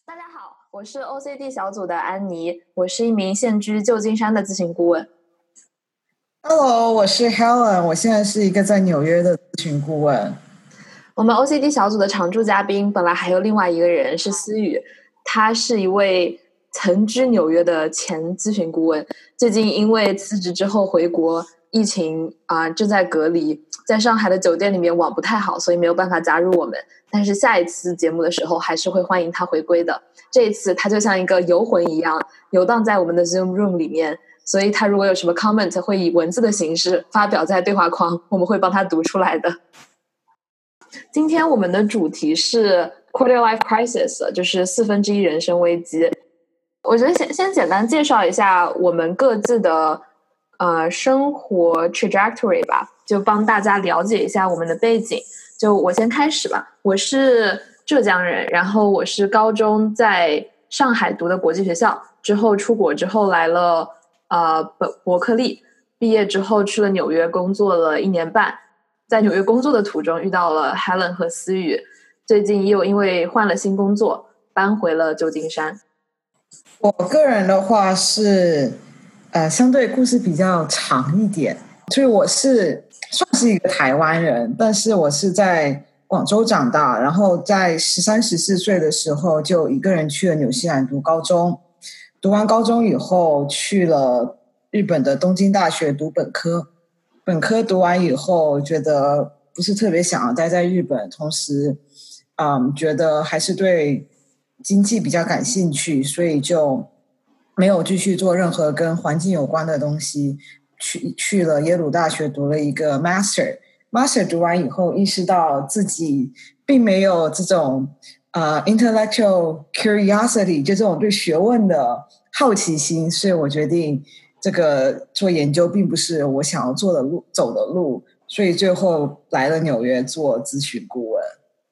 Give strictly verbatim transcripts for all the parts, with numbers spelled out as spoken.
大家好，我是 O C D 小组的安妮，我是一名现居旧金山的咨询顾问。 Hello， 我是 Helen， 我现在是一个在纽约的咨询顾问。 我们 O C D 小组的常驻嘉宾本来还有另外一个人是思雨，他是一位曾居纽约的前咨询顾问，最近因为辞职之后回国，疫情啊、呃、正在隔离，在上海的酒店里面网不太好，所以没有办法加入我们。但是下一次节目的时候还是会欢迎他回归的。这一次他就像一个游魂一样游荡在我们的 Zoom room 里面，所以他如果有什么 comment 会以文字的形式发表在对话框，我们会帮他读出来的。今天我们的主题是 quarter life crisis， 就是四分之一人生危机。我觉得先先简单介绍一下我们各自的呃生活 trajectory 吧，就帮大家了解一下我们的背景。就我先开始吧，我是浙江人，然后我是高中在上海读的国际学校，之后出国之后来了呃伯克利，毕业之后去了纽约工作了一年半，在纽约工作的途中遇到了 Helen 和思雨，最近又因为换了新工作搬回了旧金山。 我个人的话是呃相对故事比较长一点，所以我是算是一个台湾人，但是我是在广州长大，然后在十三十四岁的时候就一个人去了纽西兰读高中，读完高中以后去了日本的东京大学读本科，本科读完以后觉得不是特别想要待在日本，同时嗯觉得还是对经济比较感兴趣，所以就没有继续做任何跟环境有关的东西，去去了耶鲁大学读了一个 master master 读完以后意识到自己并没有这种呃 intellectual curiosity， 就这种对学问的好奇心，所以我决定这个做研究并不是我想要做的路走的路，所以最后来了纽约做咨询顾问。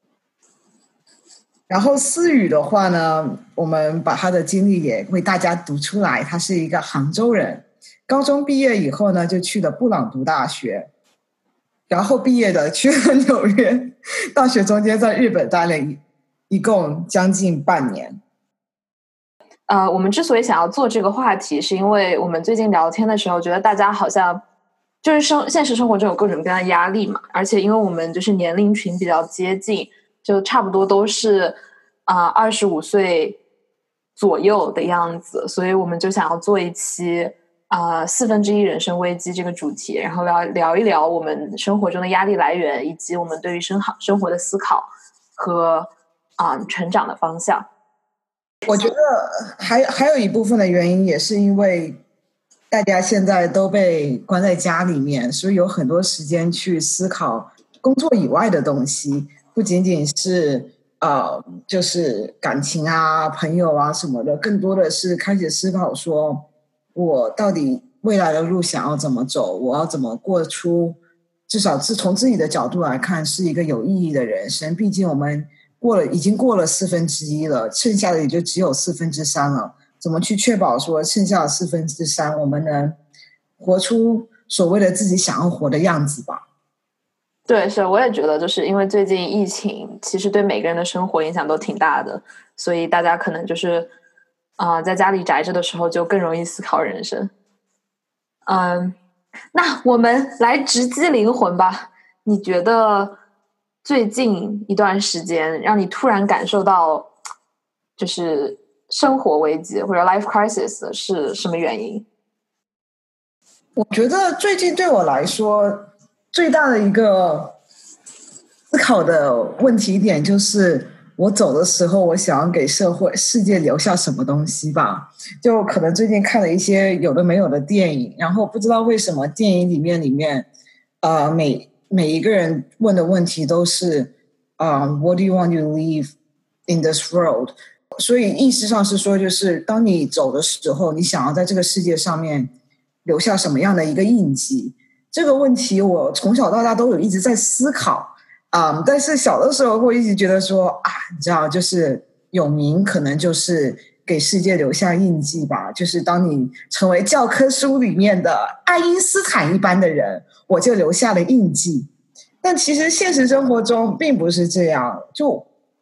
然后思雨的话呢，我们把他的经历也为大家读出来。他是一个杭州人，高中毕业以后呢，就去了布朗读大学，然后毕业的去了纽约大学，中间在日本待了一一共将近半年。 呃，我们之所以想要做这个话题，是因为我们最近聊天的时候，觉得大家好像就是生现实生活中有各种各样的压力嘛，而且因为我们就是年龄群比较接近，就差不多都是啊二十五岁左右的样子，所以我们就想要做一期啊、呃、四分之一人生危机这个主题，然后聊聊一聊我们生活中的压力来源，以及我们对于生好生活的思考和啊、呃、成长的方向。 我觉得还还有一部分的原因也是因为大家现在都被关在家里面，所以有很多时间去思考工作以外的东西，不仅仅是呃就是感情啊朋友啊什么的，更多的是开始思考说我到底未来的路想要怎么走，我要怎么过出至少是从自己的角度来看是一个有意义的人生。毕竟我们过了已经过了四分之一了，剩下的也就只有四分之三了，怎么去确保说剩下的四分之三我们能活出所谓的自己想要活的样子吧。 对，是，我也觉得就是因为最近疫情其实对每个人的生活影响都挺大的，所以大家可能就是啊、呃，在家里宅着的时候就更容易思考人生。嗯，那我们来直击灵魂吧。你觉得最近一段时间让你突然感受到就是生活危机或者 life crisis 是什么原因？ 我觉得最近对我来说最大的一个思考的问题点就是我走的时候我想要给社会世界留下什么东西吧。就可能最近看了一些有的没有的电影，然后不知道为什么电影里面里面呃每每一个人问的问题都是呃 What do you want to leave in this world？ 所以意思上是说，就是当你走的时候你想要在这个世界上面留下什么样的一个印记。这个问题我从小到大都有一直在思考啊、嗯，但是小的时候会一直觉得说啊，你知道，就是有名可能就是给世界留下印记吧，就是当你成为教科书里面的爱因斯坦一般的人，我就留下了印记。但其实现实生活中并不是这样，就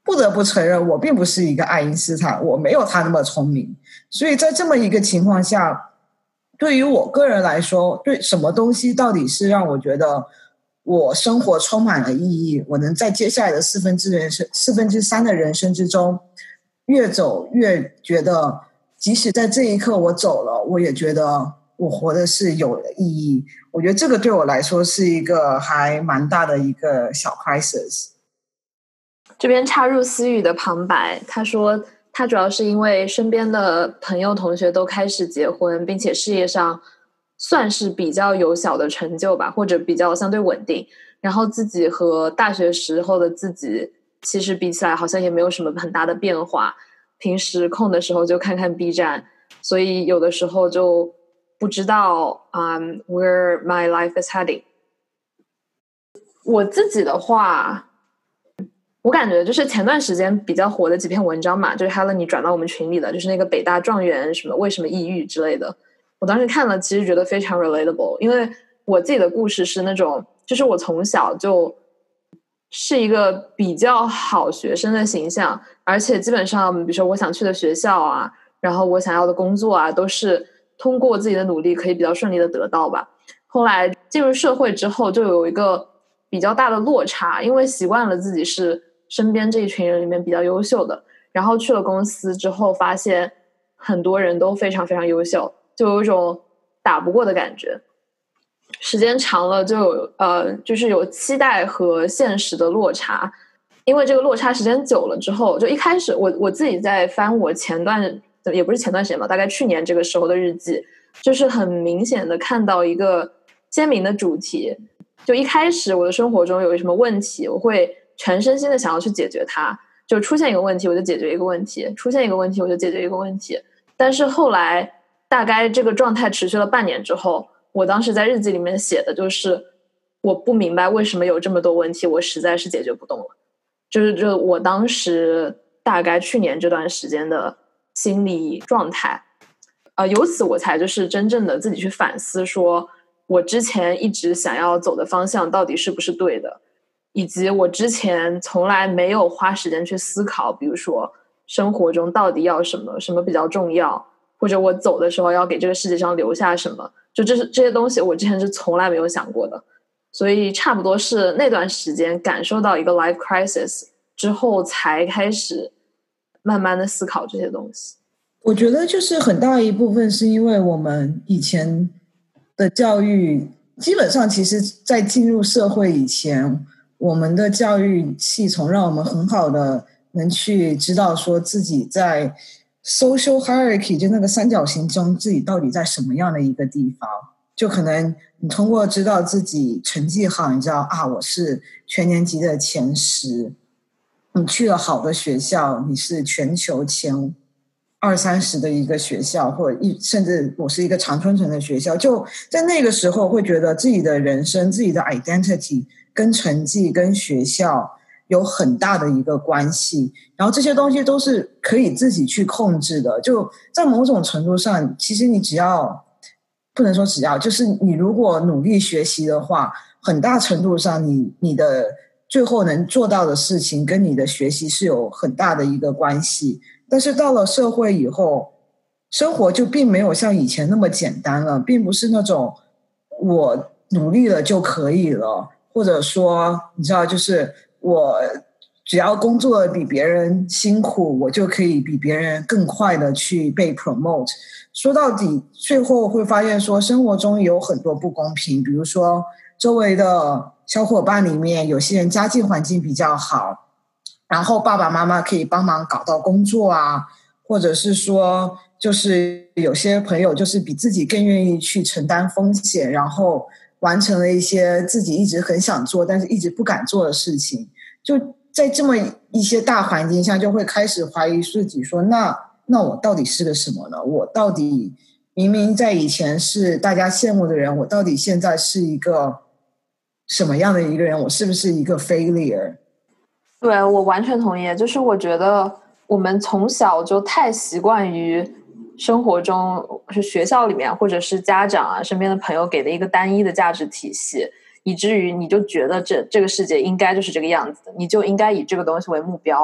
不得不承认我并不是一个爱因斯坦，我没有他那么聪明。所以在这么一个情况下，对于我个人来说，对什么东西到底是让我觉得我生活充满了意义，我能在接下来的四分之人生四分之三的人生之中越走越觉得，即使在这一刻我走了，我也觉得我活的是有意义。我觉得这个对我来说是一个还蛮大的一个小 crisis。 这边插入思雨的旁白，他说他主要是因为身边的朋友同学都开始结婚，并且事业上算是比较有小的成就吧，或者比较相对稳定，然后自己和大学时候的自己其实比起来好像也没有什么很大的变化，平时空的时候就看看 B 站，所以有的时候就不知道、um, where my life is heading。 我自己的话，我感觉就是前段时间比较火的几篇文章嘛，就是 Helen 你转到我们群里的，就是那个北大状元什么为什么抑郁之类的，我当时看了其实觉得非常 relatable。 因为我自己的故事是那种，就是我从小就是一个比较好学生的形象，而且基本上比如说我想去的学校啊，然后我想要的工作啊，都是通过自己的努力可以比较顺利的得到吧。后来进入社会之后就有一个比较大的落差，因为习惯了自己是身边这一群人里面比较优秀的，然后去了公司之后发现很多人都非常非常优秀，就有一种打不过的感觉。时间长了就有呃，就是有期待和现实的落差。因为这个落差时间久了之后，就一开始我我自己在翻我前段，也不是前段时间吧，大概去年这个时候的日记，就是很明显的看到一个鲜明的主题。就一开始我的生活中有什么问题，我会全身心的想要去解决它，就出现一个问题我就解决一个问题，出现一个问题我就解决一个问题。但是后来大概这个状态持续了半年之后，我当时在日记里面写的就是我不明白为什么有这么多问题我实在是解决不动了。就是就我当时大概去年这段时间的心理状态，呃，由此我才就是真正的自己去反思，说我之前一直想要走的方向到底是不是对的，以及我之前从来没有花时间去思考，比如说生活中到底要什么，什么比较重要，或者我走的时候要给这个世界上留下什么，就这是这些东西我之前是从来没有想过的。所以差不多是那段时间感受到一个 life crisis 之后才开始慢慢的思考这些东西。 我觉得就是很大一部分是因为我们以前的教育，基本上其实在进入社会以前，我们的教育系统让我们很好的能去知道说自己在 social hierarchy 就那个三角形中自己到底在什么样的一个地方。就可能你通过知道自己成绩好，你知道啊，我是全年级的前十，你去了好的学校，你是全球前二三十的一个学校，或者一甚至我是一个常春藤的学校，就在那个时候会觉得自己的人生自己的 identity 跟成绩跟学校有很大的一个关系，然后这些东西都是可以自己去控制的。就在某种程度上，其实你只要不能说只要，就是你如果努力学习的话，很大程度上你你的最后能做到的事情跟你的学习是有很大的一个关系。但是到了社会以后，生活就并没有像以前那么简单了，并不是那种我努力了就可以了，或者说你知道，就是我只要工作比别人辛苦，我就可以比别人更快的去被 promote。 说到底最后会发现说生活中有很多不公平，比如说周围的小伙伴里面有些人家境环境比较好，然后爸爸妈妈可以帮忙搞到工作啊，或者是说就是有些朋友就是比自己更愿意去承担风险，然后完成了一些自己一直很想做但是一直不敢做的事情。就在这么一些大环境下，就会开始怀疑自己说那那我到底是个什么呢？我到底明明在以前是大家羡慕的人，我到底现在是一个什么样的一个人？我是不是一个 failure？ 对，我完全同意。就是我觉得我们从小就太习惯于生活中是学校里面或者是家长啊身边的朋友给的一个单一的价值体系，以至于你就觉得这这个世界应该就是这个样子的，你就应该以这个东西为目标。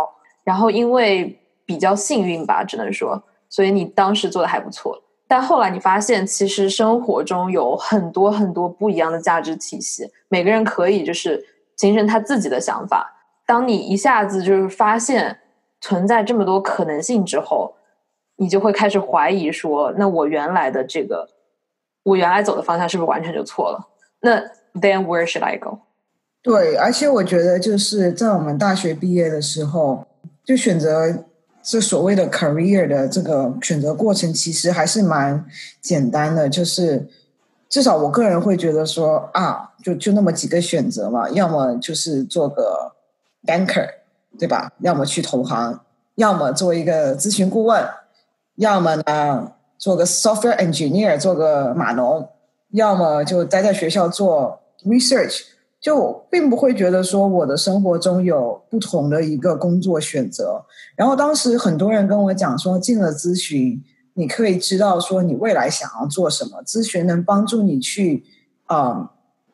然后因为比较幸运吧，只能说，所以你当时做的还不错。但后来你发现，其实生活中有很多很多不一样的价值体系，每个人可以就是形成他自己的想法。当你一下子就是发现存在这么多可能性之后，你就会开始怀疑说，那我原来的这个我原来走的方向是不是完全就错了？那 then where should I go？ 对，而且我觉得就是在我们大学毕业的时候，就选择这所谓的 career 的这个选择过程，其实还是蛮简单的，就是至少我个人会觉得说啊，就就那么几个选择嘛，要么就是做个 banker， 对吧？要么去投行，要么做一个咨询顾问，要么呢做个 software engineer， 做个码农，要么就待在学校做 research。就并不会觉得说我的生活中有不同的一个工作选择。然后当时很多人跟我讲说，进了咨询你可以知道说你未来想要做什么，咨询能帮助你去、um,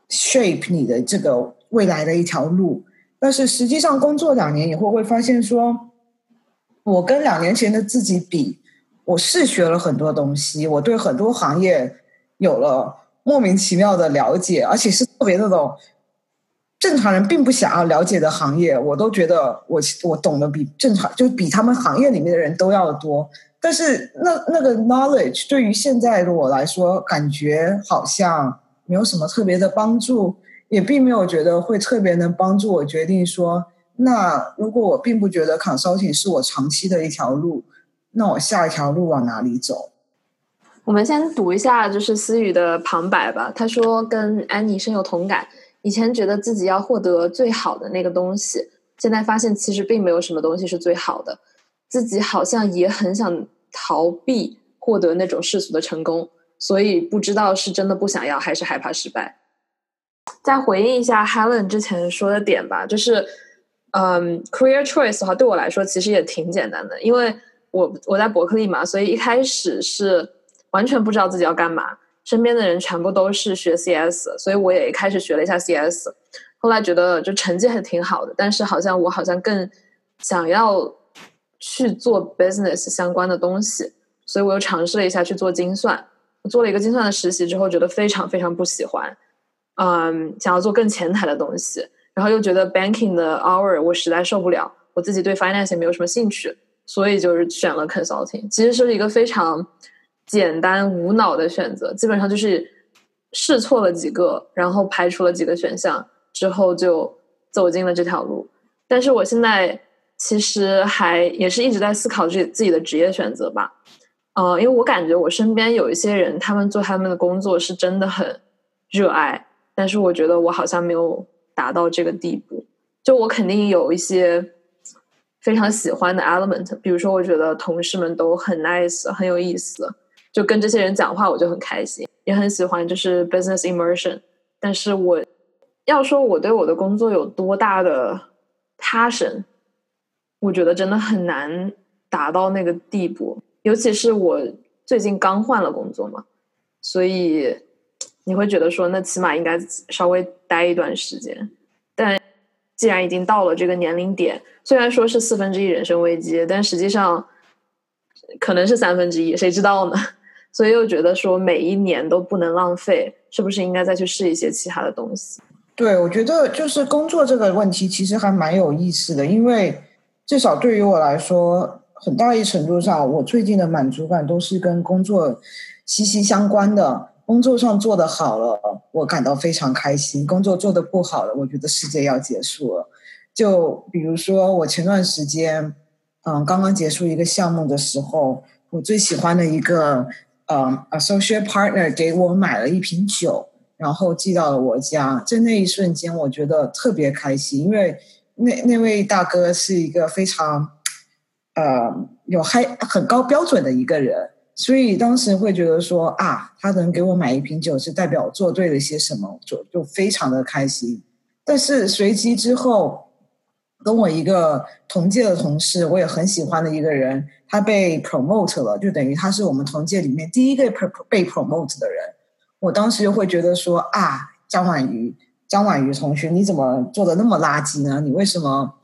shape 你的这个未来的一条路。但是实际上工作两年以后会发现说，我跟两年前的自己比，我是学了很多东西，我对很多行业有了莫名其妙的了解，而且是特别那种正常人并不想要了解的行业，我都觉得我我懂得比正常，就比他们行业里面的人都要多。但是那那个 knowledge 对于现在的我来说，感觉好像没有什么特别的帮助，也并没有觉得会特别能帮助我决定说，那如果我并不觉得 consulting 是我长期的一条路，那我下一条路往哪里走？ 我们先读一下就是思雨的旁白吧。他说跟安妮深有同感，以前觉得自己要获得最好的那个东西，现在发现其实并没有什么东西是最好的，自己好像也很想逃避获得那种世俗的成功，所以不知道是真的不想要还是害怕失败。再回应一下 Helen 之前说的点吧，就是嗯 career choice 的话对我来说其实也挺简单的，因为我我在伯克利嘛，所以一开始是完全不知道自己要干嘛，身边的人全部都是学 C S， 所以我也开始学了一下 C S， 后来觉得就成绩还挺好的，但是好像我好像更想要去做 business 相关的东西，所以我又尝试了一下去做精算，我做了一个精算的实习之后觉得非常非常不喜欢，嗯，想要做更前台的东西，然后又觉得 banking 的 hour 我实在受不了，我自己对 finance 也没有什么兴趣，所以就是选了 consulting。 其实是一个非常简单无脑的选择，基本上就是试错了几个，然后排除了几个选项之后就走进了这条路。但是我现在其实还也是一直在思考自己自己的职业选择吧，呃，因为我感觉我身边有一些人他们做他们的工作是真的很热爱，但是我觉得我好像没有达到这个地步。就我肯定有一些非常喜欢的 element， 比如说我觉得同事们都很 nice 很有意思，就跟这些人讲话我就很开心，也很喜欢就是 business immersion。 但是我要说我对我的工作有多大的 passion， 我觉得真的很难达到那个地步，尤其是我最近刚换了工作嘛，所以你会觉得说那起码应该稍微待一段时间。但既然已经到了这个年龄点，虽然说是四分之一人生危机，但实际上可能是三分之一，谁知道呢？所以又觉得说每一年都不能浪费，是不是应该再去试一些其他的东西？ 对，我觉得就是工作这个问题其实还蛮有意思的，因为至少对于我来说，很大一程度上我最近的满足感都是跟工作息息相关的。工作上做得好了，我感到非常开心；工作做得不好了，我觉得世界要结束了。就比如说我前段时间嗯，刚刚结束一个项目的时候，我最喜欢的一个嗯 associate partner 给我买了一瓶酒，然后寄到了我家。在那一瞬间我觉得特别开心，因为那那位大哥是一个非常呃有还很高标准的一个人，所以当时会觉得说啊，他能给我买一瓶酒是代表我做对了些什么，就就非常的开心。但是随即之后跟我一个同届的同事，我也很喜欢的一个人，他被 promote 了，就等于他是我们同届里面第一个被 promote 的人。我当时就会觉得说啊，张婉瑜张婉瑜同学，你怎么做的那么垃圾呢？你为什么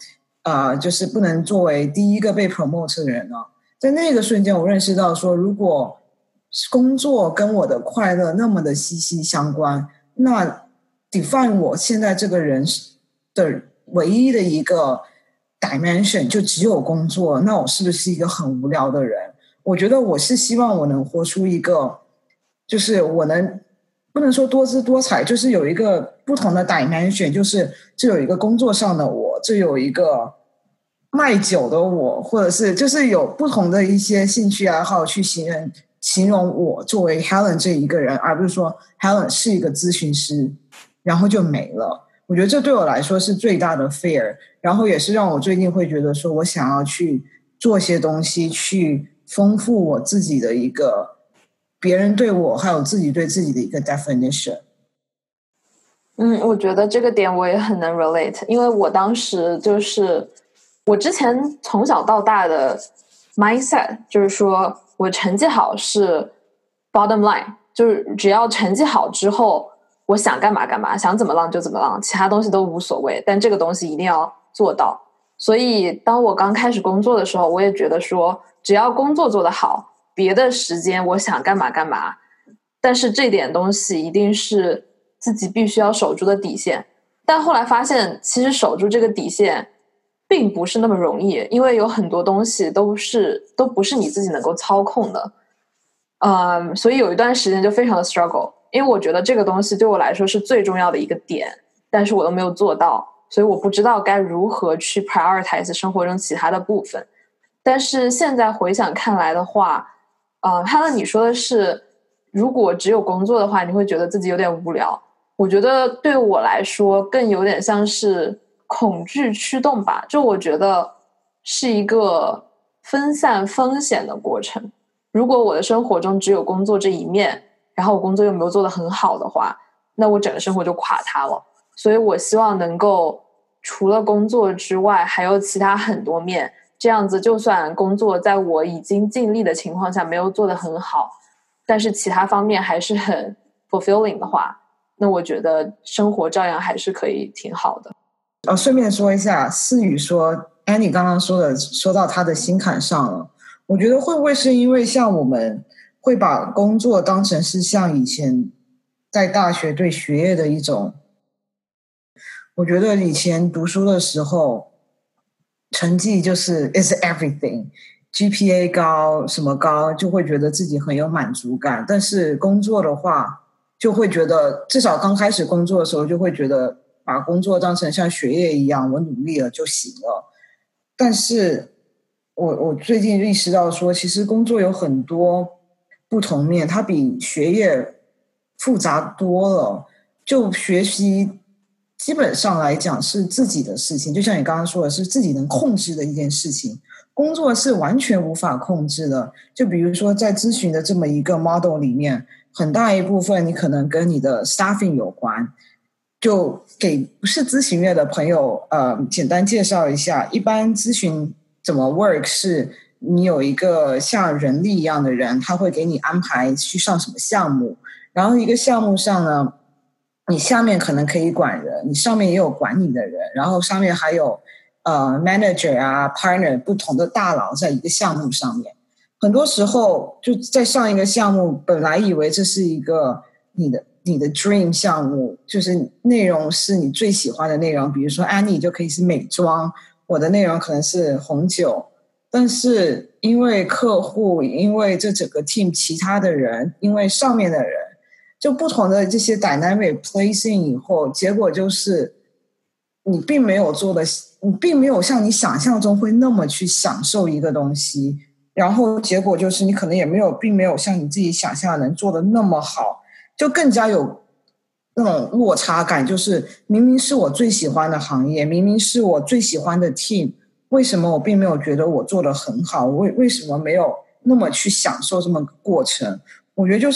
啊、呃，就是不能作为第一个被 promote 的人呢。在那个瞬间，我认识到说，如果工作跟我的快乐那么的息息相关，那 define 我现在这个人的唯一的一个 dimension 就只有工作，那我是不是一个很无聊的人？我觉得我是希望我能活出一个，就是我能不能说多姿多彩，就是有一个不同的 dimension， 就是这有一个工作上的我，这有一个卖酒的我，或者是就是有不同的一些兴趣爱好去形容形容我作为 Helen 这一个人，而不是说 Helen 是一个咨询师，然后就没了。我觉得这对我来说是最大的 fear， 然后也是让我最近会觉得说我想要去做些东西，去丰富我自己的一个别人对我还有自己对自己的一个 definition。 嗯，我觉得这个点我也很能 relate， 因为我当时就是我之前从小到大的 mindset 就是说我成绩好是 bottom line， 就是只要成绩好之后我想干嘛干嘛，想怎么浪就怎么浪，其他东西都无所谓，但这个东西一定要做到。所以当我刚开始工作的时候，我也觉得说只要工作做得好，别的时间我想干嘛干嘛，但是这点东西一定是自己必须要守住的底线。但后来发现其实守住这个底线并不是那么容易，因为有很多东西都是都不是你自己能够操控的。嗯，所以有一段时间就非常的 struggle， 因为我觉得这个东西对我来说是最重要的一个点，但是我都没有做到，所以我不知道该如何去 prioritize 生活中其他的部分。但是现在回想看来的话，呃 Helen 你说的是如果只有工作的话你会觉得自己有点无聊，我觉得对我来说更有点像是恐惧驱动吧，就我觉得是一个分散风险的过程。如果我的生活中只有工作这一面，然后我工作又没有做得很好的话，那我整个生活就垮塌了。所以我希望能够除了工作之外还有其他很多面，这样子就算工作在我已经尽力的情况下没有做得很好，但是其他方面还是很 fulfilling 的话，那我觉得生活照样还是可以挺好的。 哦，顺便说一下，思雨说 Annie 刚刚说的说到她的心坎上了，我觉得会不会是因为像我们会把工作当成是像以前在大学对学业的一种，我觉得以前读书的时候成绩就是 is everything， G P A 高什么高就会觉得自己很有满足感，但是工作的话就会觉得至少刚开始工作的时候就会觉得把工作当成像学业一样我努力了就行了。但是我我最近意识到说其实工作有很多不同面，它比学业复杂多了。就学习基本上来讲是自己的事情，就像你刚刚说的是自己能控制的一件事情，工作是完全无法控制的。就比如说在咨询的这么一个 model 里面，很大一部分你可能跟你的 staffing 有关。就给不是咨询业的朋友呃，简单介绍一下，一般咨询怎么 work 是你有一个像人力一样的人，他会给你安排去上什么项目，然后一个项目上呢，你下面可能可以管人，你上面也有管你的人，然后上面还有呃 manager 啊 partner 不同的大佬在一个项目上面。很多时候就在上一个项目，本来以为这是一个你的你的 dream 项目，就是内容是你最喜欢的内容，比如说 Annie 就可以是美妆，我的内容可能是红酒，但是因为客户，因为这整个 team 其他的人，因为上面的人，就不同的这些 dynamic placing 以后，结果就是你并没有做的，你并没有像你想象中会那么去享受一个东西，然后结果就是你可能也没有并没有像你自己想象能做的那么好，就更加有那种落差感，就是明明是我最喜欢的行业，明明是我最喜欢的 team， 为什么我并没有觉得我做得很好，为为什么没有那么去享受这么个过程。我觉得就是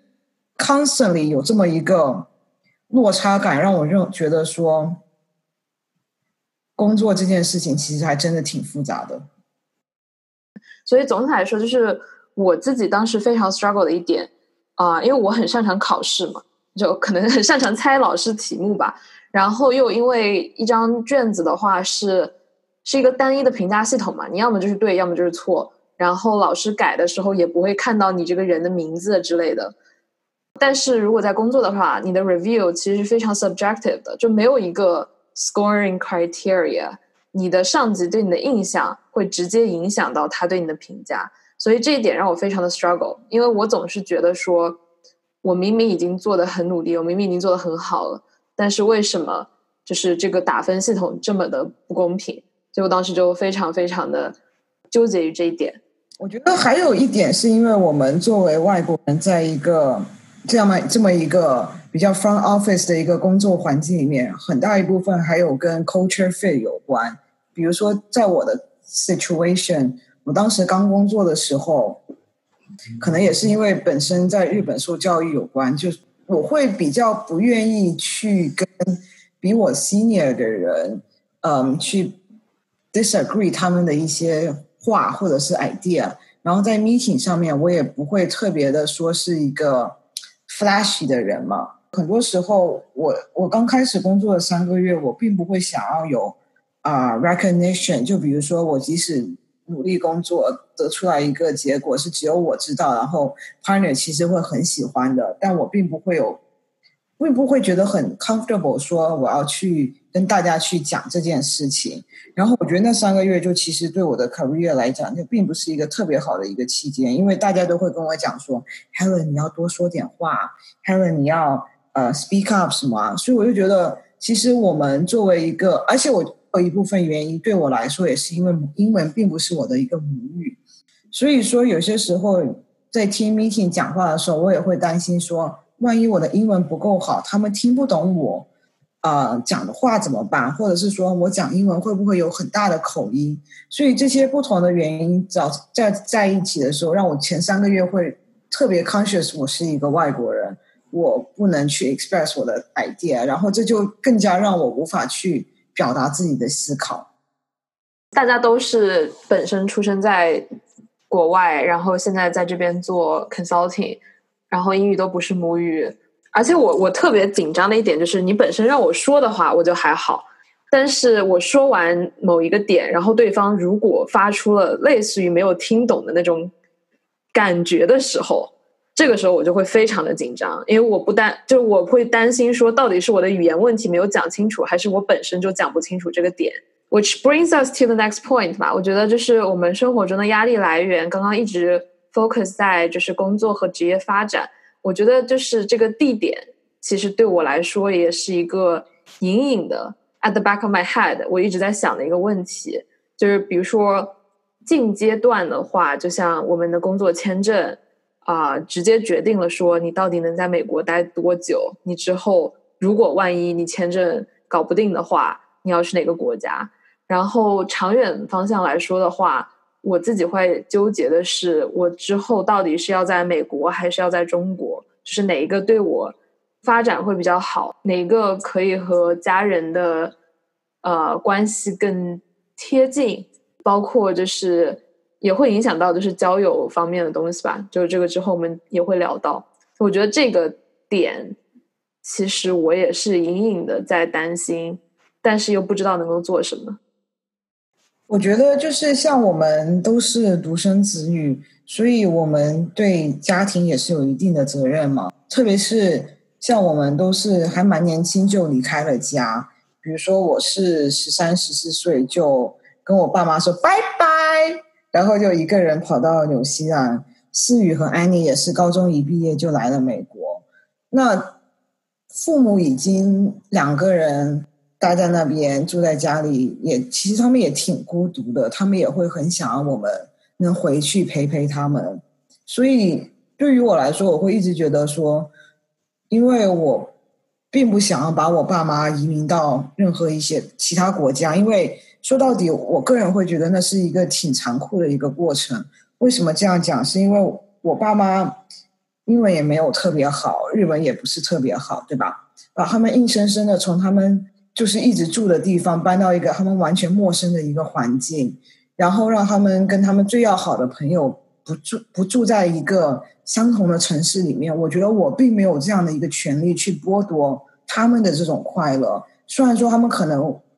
constantly 有这么一个落差感，让我认觉得说工作这件事情其实还真的挺复杂的。 所以总体来说就是我自己当时非常 struggle 的一点啊、呃，因为我很擅长考试嘛，就可能很擅长猜老师题目吧，然后又因为一张卷子的话是是一个单一的评价系统嘛，你要么就是对，要么就是错，然后老师改的时候也不会看到你这个人的名字之类的。但是如果在工作的话，你的 review 其实是非常 subjective 的，就没有一个 scoring criteria， 你的上级对你的印象会直接影响到他对你的评价，所以这一点让我非常的 struggle， 因为我总是觉得说我明明已经做得很努力，我明明已经做得很好了，但是为什么就是这个打分系统这么的不公平，所以我当时就非常非常的纠结于这一点。 我觉得还有一点是因为我们作为外国人在一个这样这么一个比较 front office 的一个工作环境里面，很大一部分还有跟 culture fit 有关。比如说在我的 situation， 我当时刚工作的时候，可能也是因为本身在日本受教育有关，就我会比较不愿意去跟比我 senior 的人嗯，去 disagree 他们的一些话或者是 idea， 然后在 meeting 上面我也不会特别的说是一个 flashy 的人嘛。很多时候我我刚开始工作的三个月，我并不会想要有啊、uh, recognition， 就比如说我即使努力工作得出来一个结果是只有我知道，然后 partner 其实会很喜欢的，但我并不会有并不会觉得很 comfortable 说我要去跟大家去讲这件事情。然后我觉得那三个月就其实对我的 career 来讲就并不是一个特别好的一个期间，因为大家都会跟我讲说 Helen 你要多说点话， Helen 你要呃 speak up 什么，所以我就觉得其实我们作为一个，而且我有一部分原因对我来说也是因为英文并不是我的一个母语，所以说有些时候在听 meeting 讲话的时候，我也会担心说万一我的英文不够好，他们听不懂我呃讲的话怎么办，或者是说我讲英文会不会有很大的口音。所以这些不同的原因在在一起的时候，让我前三个月会特别 conscious 我是一个外国人，我不能去 express 我的 idea， 然后这就更加让我无法去表达自己的思考。 大家都是本身出生在国外，然后现在在这边做 consulting， 然后英语都不是母语，而且我我特别紧张的一点就是你本身让我说的话我就还好，但是我说完某一个点，然后对方如果发出了类似于没有听懂的那种感觉的时候，这个时候我就会非常的紧张，因为我不担就我会担心说到底是我的语言问题没有讲清楚，还是我本身就讲不清楚这个点。Which brings us to the next point 吧，我觉得就是我们生活中的压力来源刚刚一直 focus 在就是工作和职业发展，我觉得就是这个地点其实对我来说也是一个隐隐的 at the back of my head 我一直在想的一个问题，就是比如说近阶段的话，就像我们的工作签证啊、呃，直接决定了说你到底能在美国待多久，你之后如果万一你签证搞不定的话，你要去哪个国家。然后长远方向来说的话，我自己会纠结的是我之后到底是要在美国还是要在中国，就是哪一个对我发展会比较好，哪一个可以和家人的呃关系更贴近，包括就是也会影响到就是交友方面的东西吧，就是这个之后我们也会聊到。我觉得这个点其实我也是隐隐的在担心，但是又不知道能够做什么。 我觉得就是像我们都是独生子女，所以我们对家庭也是有一定的责任嘛。特别是像我们都是还蛮年轻就离开了家，比如说我是十三、十四岁就跟我爸妈说拜拜，然后就一个人跑到纽西兰。思雨和安妮也是高中一毕业就来了美国，那父母已经两个人待在那边住在家里，也其实他们也挺孤独的，他们也会很想要我们能回去陪陪他们。所以对于我来说，我会一直觉得说，因为我并不想要把我爸妈移民到任何一些其他国家，因为说到底我个人会觉得那是一个挺残酷的一个过程。为什么这样讲？是因为我爸妈英文也没有特别好，日文也不是特别好，对吧？把他们硬生生的从他们就是一直住的地方搬到一个他们完全陌生的一个环境，然后让他们跟他们最要好的朋友不住不住在一个相同的城市里面。我觉得我并没有这样的一个权利去剥夺他们的这种快乐，虽然说他们可能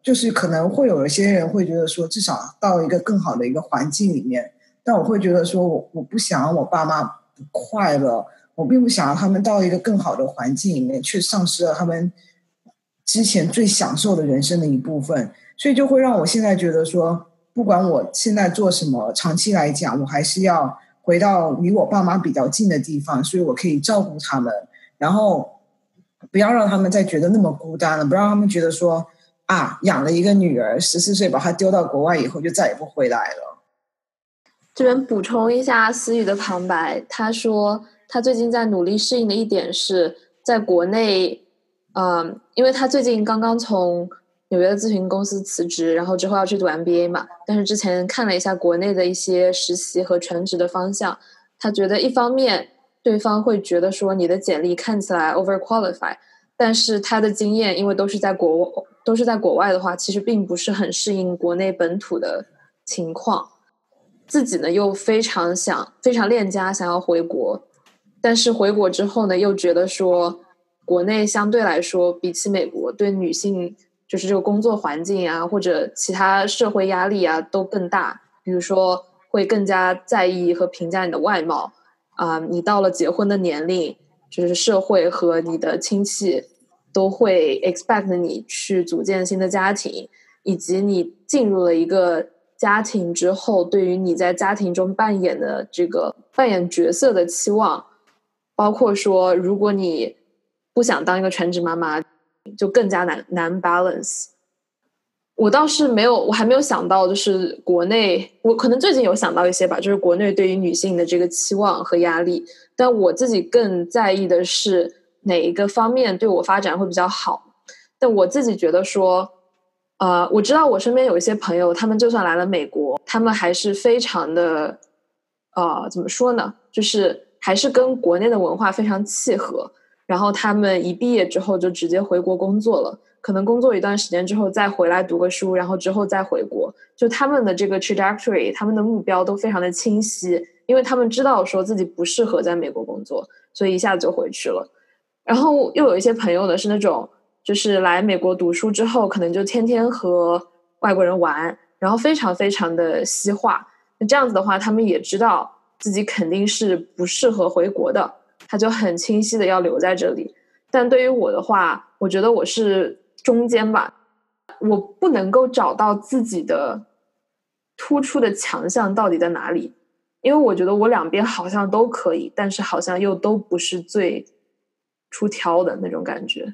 就是可能会有一些人会觉得说至少到一个更好的一个环境里面，但我会觉得说我我不想让我爸妈不快乐，我并不想让他们到一个更好的环境里面去丧失了他们之前最享受的人生的一部分，所以就会让我现在觉得说不管我现在做什么，长期来讲我还是要回到离我爸妈比较近的地方，所以我可以照顾他们，然后不要让他们再觉得那么孤单了，不让他们觉得说啊，养了一个女儿十四岁把她丢到国外以后就再也不回来了。 这边补充一下思雨的旁白，他说他最近在努力适应的一点是在国内嗯，因为他最近刚刚从纽约的咨询公司辞职，然后之后要去读 M B A 嘛，但是之前看了一下国内的一些实习和全职的方向，他觉得一方面对方会觉得说你的简历看起来 overqualified， 但是他的经验因为都是在国都是在国外的话，其实并不是很适应国内本土的情况，自己呢又非常想非常恋家，想要回国，但是回国之后呢又觉得说国内相对来说比起美国对女性就是这个工作环境啊或者其他社会压力啊都更大，比如说会更加在意和评价你的外貌啊、呃，你到了结婚的年龄，就是社会和你的亲戚都会 expect 你去组建新的家庭，以及你进入了一个家庭之后对于你在家庭中扮演的这个扮演角色的期望，包括说如果你不想当一个全职妈妈就更加难难 balance。 我倒是没有我还没有想到就是国内，我可能最近有想到一些吧，就是国内对于女性的这个期望和压力，但我自己更在意的是哪一个方面对我发展会比较好。但我自己觉得说呃，我知道我身边有一些朋友他们就算来了美国，他们还是非常的呃，怎么说呢，就是还是跟国内的文化非常契合，然后他们一毕业之后就直接回国工作了，可能工作一段时间之后再回来读个书，然后之后再回国，就他们的这个 trajectory 他们的目标都非常的清晰，因为他们知道说自己不适合在美国工作，所以一下子就回去了。然后又有一些朋友呢是那种就是来美国读书之后可能就天天和外国人玩，然后非常非常的西化，那这样子的话他们也知道自己肯定是不适合回国的，他就很清晰的要留在这里。但对于我的话，我觉得我是中间吧，我不能够找到自己的突出的强项到底在哪里，因为我觉得我两边好像都可以，但是好像又都不是最出挑的那种感觉。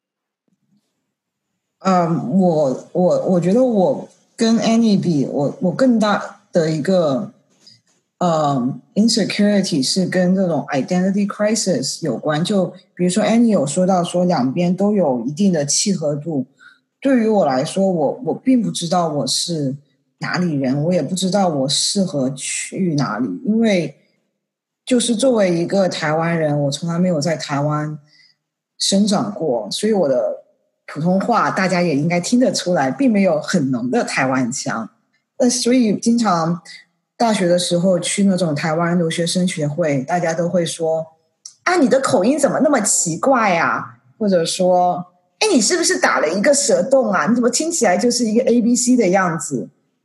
嗯，我我我觉得我跟 Annie 比，我我更大的一个呃 insecurity 是跟这种 identity crisis 有关。就比如说 Annie 有说到说两边都有一定的契合度，对于我来说，我我并不知道我是哪里人，我也不知道我适合去哪里，因为就是作为一个台湾人，我从来没有在台湾生长过，所以我的普通话大家也应该听得出来，并没有很浓的台湾腔。那所以经常大学的时候去那种台湾留学生学会，大家都会说啊，你的口音怎么那么奇怪啊，或者说哎，你是不是打了一个舌洞啊，你怎么听起来就是一个 A B C 的样子，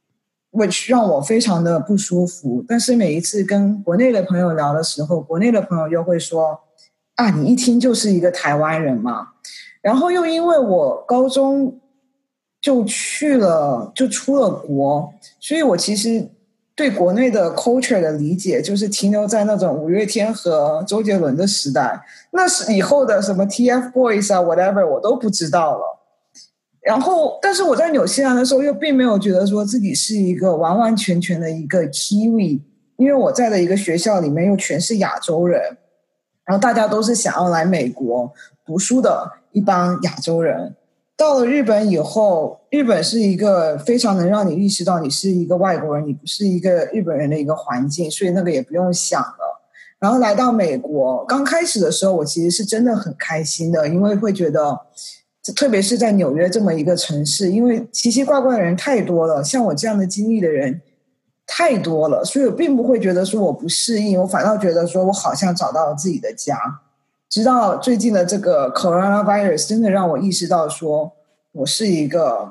which 让我非常的不舒服。但是每一次跟国内的朋友聊的时候，国内的朋友又会说啊，你一听就是一个台湾人嘛。然后又因为我高中就去了就出了国，所以我其实对国内的 culture 的理解就是停留在那种五月天和周杰伦的时代，那是以后的什么 T F Boys 啊 whatever 我都不知道了。然后但是我在纽西兰的时候又并没有觉得说自己是一个完完全全的一个 Kiwi， 因为我在的一个学校里面又全是亚洲人，然后大家都是想要来美国读书的一帮亚洲人。到了日本以后，日本是一个非常能让你意识到你是一个外国人，你不是一个日本人的一个环境，所以那个也不用想了。然后来到美国，刚开始的时候我其实是真的很开心的，因为会觉得特别是在纽约这么一个城市，因为奇奇怪怪的人太多了，像我这样的经历的人太多了，所以我并不会觉得说我不适应，我反倒觉得说我好像找到了自己的家。直到最近的这个 coronavirus 真的让我意识到说我是一个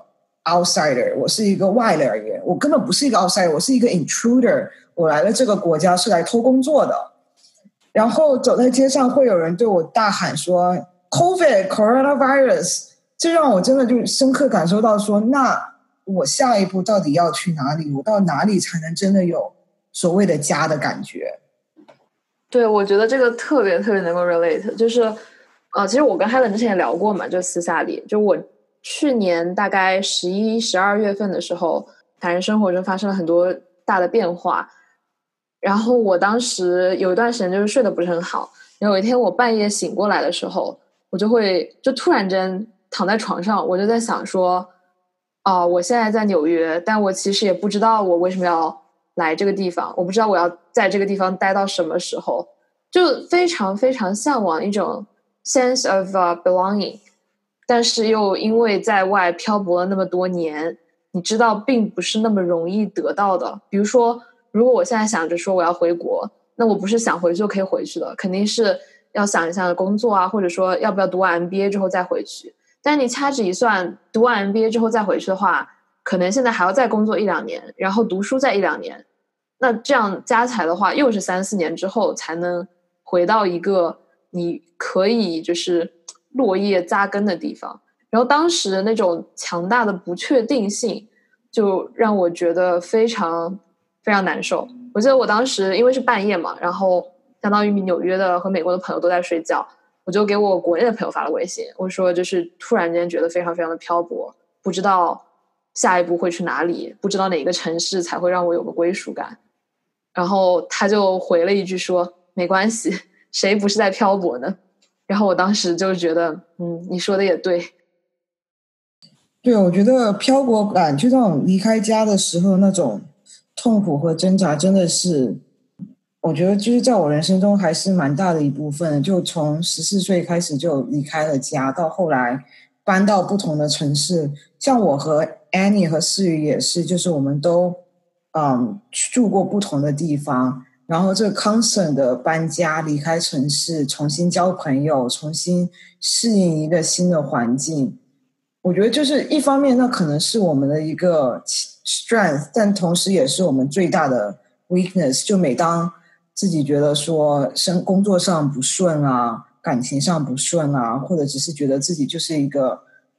outsider， 我是一个外来人，我根本不是一个 outsider， 我是一个 intruder， 我来了这个国家是来偷工作的。然后走在街上会有人对我大喊说 COVID coronavirus， 这让我真的就深刻感受到说，那我下一步到底要去哪里，我到哪里才能真的有所谓的家的感觉。 对，我觉得这个特别特别能够 relate， 就是呃，其实我跟 Helen 之前也聊过嘛，就私下里，就我去年大概十一、十二月份的时候，反正生活中发生了很多大的变化。然后我当时有一段时间就是睡得不是很好，然后有一天我半夜醒过来的时候，我就会就突然间躺在床上，我就在想说，哦，我现在在纽约，但我其实也不知道我为什么要来这个地方，我不知道我要在这个地方待到什么时候，就非常非常向往一种 sense of、uh, belonging， 但是又因为在外漂泊了那么多年，你知道并不是那么容易得到的。比如说如果我现在想着说我要回国，那我不是想回去就可以回去的，肯定是要想一下工作啊，或者说要不要读完 M B A 之后再回去。但你掐指一算，读完 M B A 之后再回去的话，可能现在还要再工作一两年，然后读书再一两年，那这样加起来的话又是三四年之后才能回到一个你可以就是落叶扎根的地方。然后当时那种强大的不确定性就让我觉得非常非常难受。我记得我当时因为是半夜嘛，然后相当于纽约的和美国的朋友都在睡觉，我就给我国内的朋友发了微信，我说就是突然间觉得非常非常的漂泊，不知道下一步会去哪里，不知道哪个城市才会让我有个归属感。然后他就回了一句说没关系，谁不是在漂泊呢？然后我当时就觉得嗯，你说的也对。 对，我觉得漂泊感就这种离开家的时候那种痛苦和挣扎真的是我觉得就是在我人生中还是蛮大的一部分，就从十四岁开始就离开了家，到后来搬到不同的城市。像我和 Annie 和思雨也是，就是我们都嗯住过不同的地方，然后这个 constant 的搬家、离开城市、重新交朋友、重新适应一个新的环境，我觉得就是一方面那可能是我们的一个 strength， 但同时也是我们最大的 weakness。就每当自己觉得说生工作上不顺啊，感情上不顺啊，或者只是觉得自己就是一个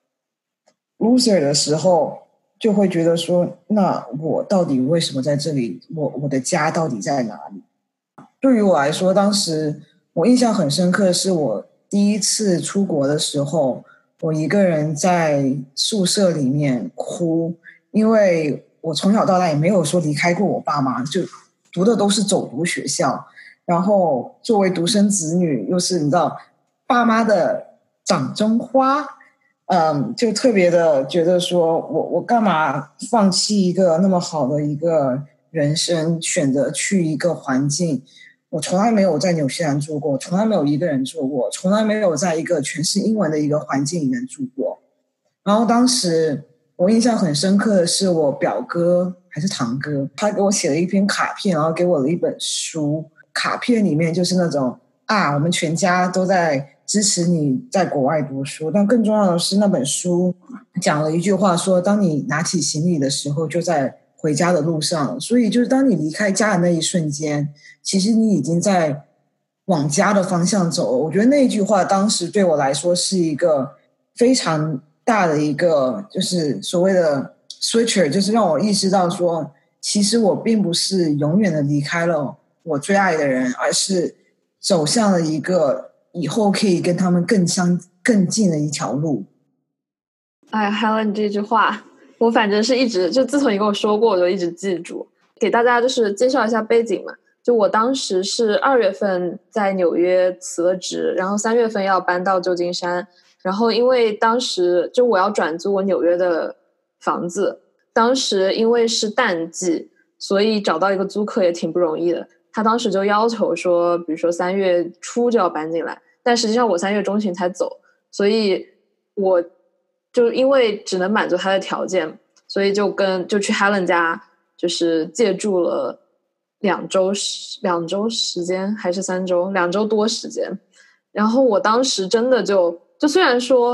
loser 的时候，就会觉得说那我到底为什么在这里，我我的家到底在哪里。对于我来说，当时我印象很深刻的是我第一次出国的时候，我一个人在宿舍里面哭，因为我从小到大也没有说离开过我爸妈，就读的都是走读学校，然后作为独生子女，又是你知道爸妈的掌中花，嗯，就特别的觉得说我我干嘛放弃一个那么好的一个人生，选择去一个环境。我从来没有在纽西兰住过，从来没有一个人住过，从来没有在一个全是英文的一个环境里面住过。然后当时我印象很深刻的是我表哥还是堂哥，他给我写了一篇卡片，然后给我了一本书，卡片里面就是那种啊，我们全家都在支持你在国外读书，但更重要的是那本书讲了一句话说，当你拿起行李的时候就在回家的路上。所以就是当你离开家的那一瞬间，其实你已经在往家的方向走。我觉得那句话当时对我来说是一个非常大的一个就是所谓的 switcher， 就是让我意识到说其实我并不是永远的离开了我最爱的人，而是走向了一个以后可以跟他们更相更近的一条路。 哎 Helen 这句话我反正是一直就自从你跟我说过我就一直记住。给大家就是介绍一下背景嘛，就我当时是二月份在纽约辞了职，然后三月份要搬到旧金山，然后因为当时就我要转租我纽约的房子，当时因为是淡季，所以找到一个租客也挺不容易的。他当时就要求说比如说三月初就要搬进来，但实际上我三月中旬才走，所以我就因为只能满足他的条件，所以就跟就去 Helen 家就是借住了两周两周时间还是三周两周多时间。然后我当时真的就就虽然说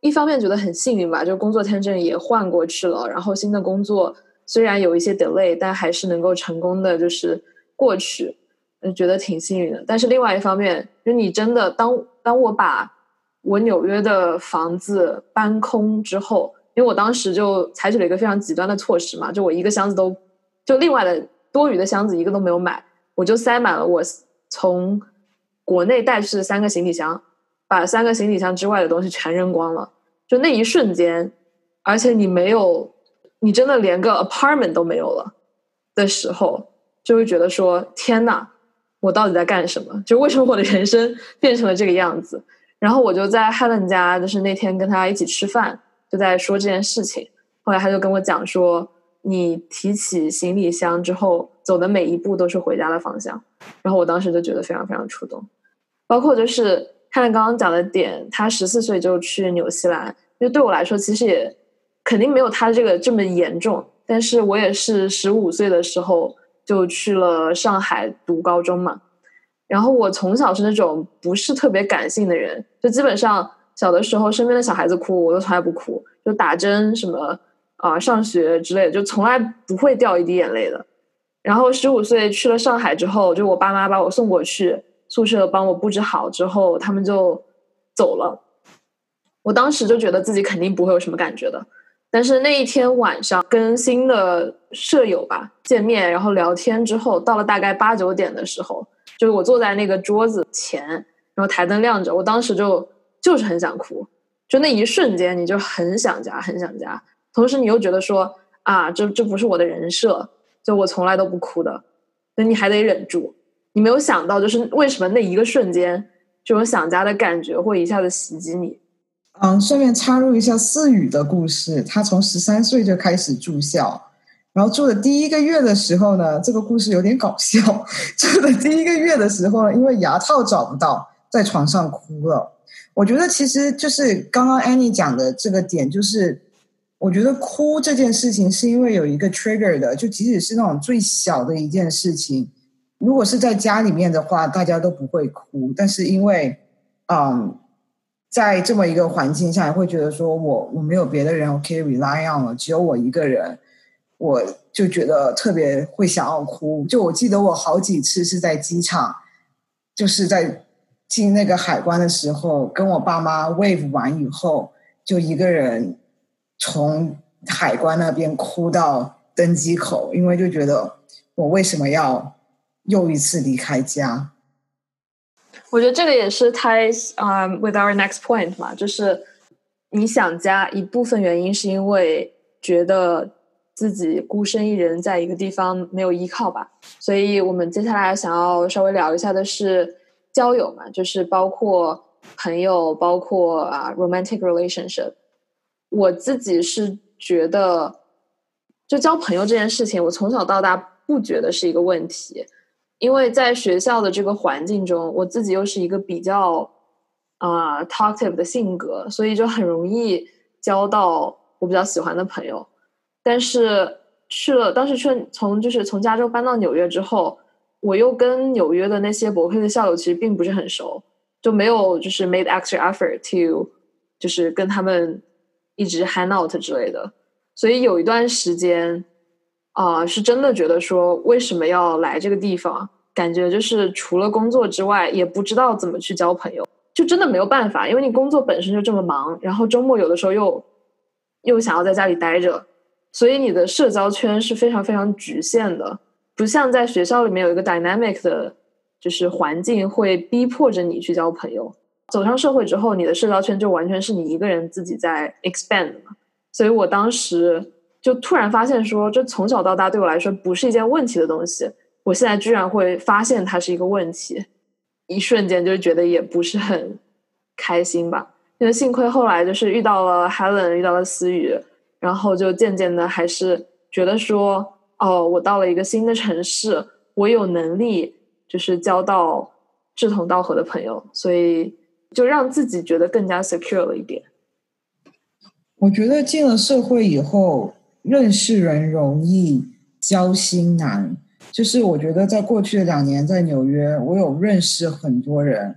一方面觉得很幸运吧，就工作签证也换过去了，然后新的工作虽然有一些 delay， 但还是能够成功的就是过去，觉得挺幸运的。但是另外一方面，就你真的当当我把我纽约的房子搬空之后，因为我当时就采取了一个非常极端的措施嘛，就我一个箱子都就另外的多余的箱子一个都没有买，我就塞满了我从国内带去的三个行李箱，把三个行李箱之外的东西全扔光了。就那一瞬间，而且你没有你真的连个 apartment 都没有了的时候，就会觉得说天哪，我到底在干什么？就为什么我的人生变成了这个样子？然后我就在 Helen 家，就是那天跟他一起吃饭，就在说这件事情。后来他就跟我讲说，你提起行李箱之后走的每一步都是回家的方向。然后我当时就觉得非常非常触动。包括就是 Helen 刚刚讲的点，他十四岁就去纽西兰，就对我来说其实也肯定没有他这个这么严重，但是我也是十五岁的时候就去了上海读高中嘛。然后我从小是那种不是特别感性的人，就基本上小的时候身边的小孩子哭我都从来不哭，就打针什么啊、呃、上学之类的就从来不会掉一滴眼泪的。然后十五岁去了上海之后，就我爸妈把我送过去宿舍帮我布置好之后，他们就走了。我当时就觉得自己肯定不会有什么感觉的，但是那一天晚上跟新的舍友吧见面，然后聊天之后，到了大概八九点的时候，就是我坐在那个桌子前，然后台灯亮着，我当时就就是很想哭，就那一瞬间你就很想家很想家，同时你又觉得说啊，这这不是我的人设，就我从来都不哭的，所以你还得忍住。你没有想到就是为什么那一个瞬间这种想家的感觉会一下子袭击你。 嗯，顺便插入一下思雨的故事，他从十三岁就开始住校，然后住的第一个月的时候呢，这个故事有点搞笑。住的第一个月的时候呢，因为牙套找不到，在床上哭了。我觉得其实就是刚刚 Annie 讲的这个点，就是我觉得哭这件事情是因为有一个 trigger 的，就即使是那种最小的一件事情，如果是在家里面的话，大家都不会哭，但是因为嗯。在这么一个环境下，会觉得说我我没有别的人我可以 rely on 了，只有我一个人，我就觉得特别会想要哭。就我记得我好几次是在机场，就是在进那个海关的时候，跟我爸妈 wave 完以后，就一个人从海关那边哭到登机口，因为就觉得我为什么要又一次离开家。 我觉得这个也是 ties、um, with our next point 嘛，就是你想家一部分原因是因为觉得自己孤身一人在一个地方没有依靠吧，所以我们接下来想要稍微聊一下的是交友嘛，就是包括朋友，包括啊 romantic relationship。我自己是觉得就交朋友这件事情，我从小到大不觉得是一个问题。因为在学校的这个环境中，我自己又是一个比较啊、呃、talkative 的性格，所以就很容易交到我比较喜欢的朋友。但是去了，当时去从就是从加州搬到纽约之后，我又跟纽约的那些伯克利的校友其实并不是很熟，就没有就是 made extra effort to 就是跟他们一直 hang out 之类的。所以有一段时间啊、呃，是真的觉得说为什么要来这个地方，感觉就是除了工作之外也不知道怎么去交朋友，就真的没有办法，因为你工作本身就这么忙，然后周末有的时候又又想要在家里待着，所以你的社交圈是非常非常局限的，不像在学校里面有一个 dynamic 的就是环境会逼迫着你去交朋友。走上社会之后，你的社交圈就完全是你一个人自己在 expand 嘛。所以我当时就突然发现说，这从小到大对我来说不是一件问题的东西，我现在居然会发现它是一个问题，一瞬间就觉得也不是很开心吧。因为幸亏后来就是遇到了 Helen， 遇到了思雨，然后就渐渐的还是觉得说，哦，我到了一个新的城市，我有能力就是交到志同道合的朋友，所以就让自己觉得更加 secure 了一点。 我觉得进了社会以后，认识人容易，交心难。就是我觉得在过去的两年在纽约，我有认识很多人，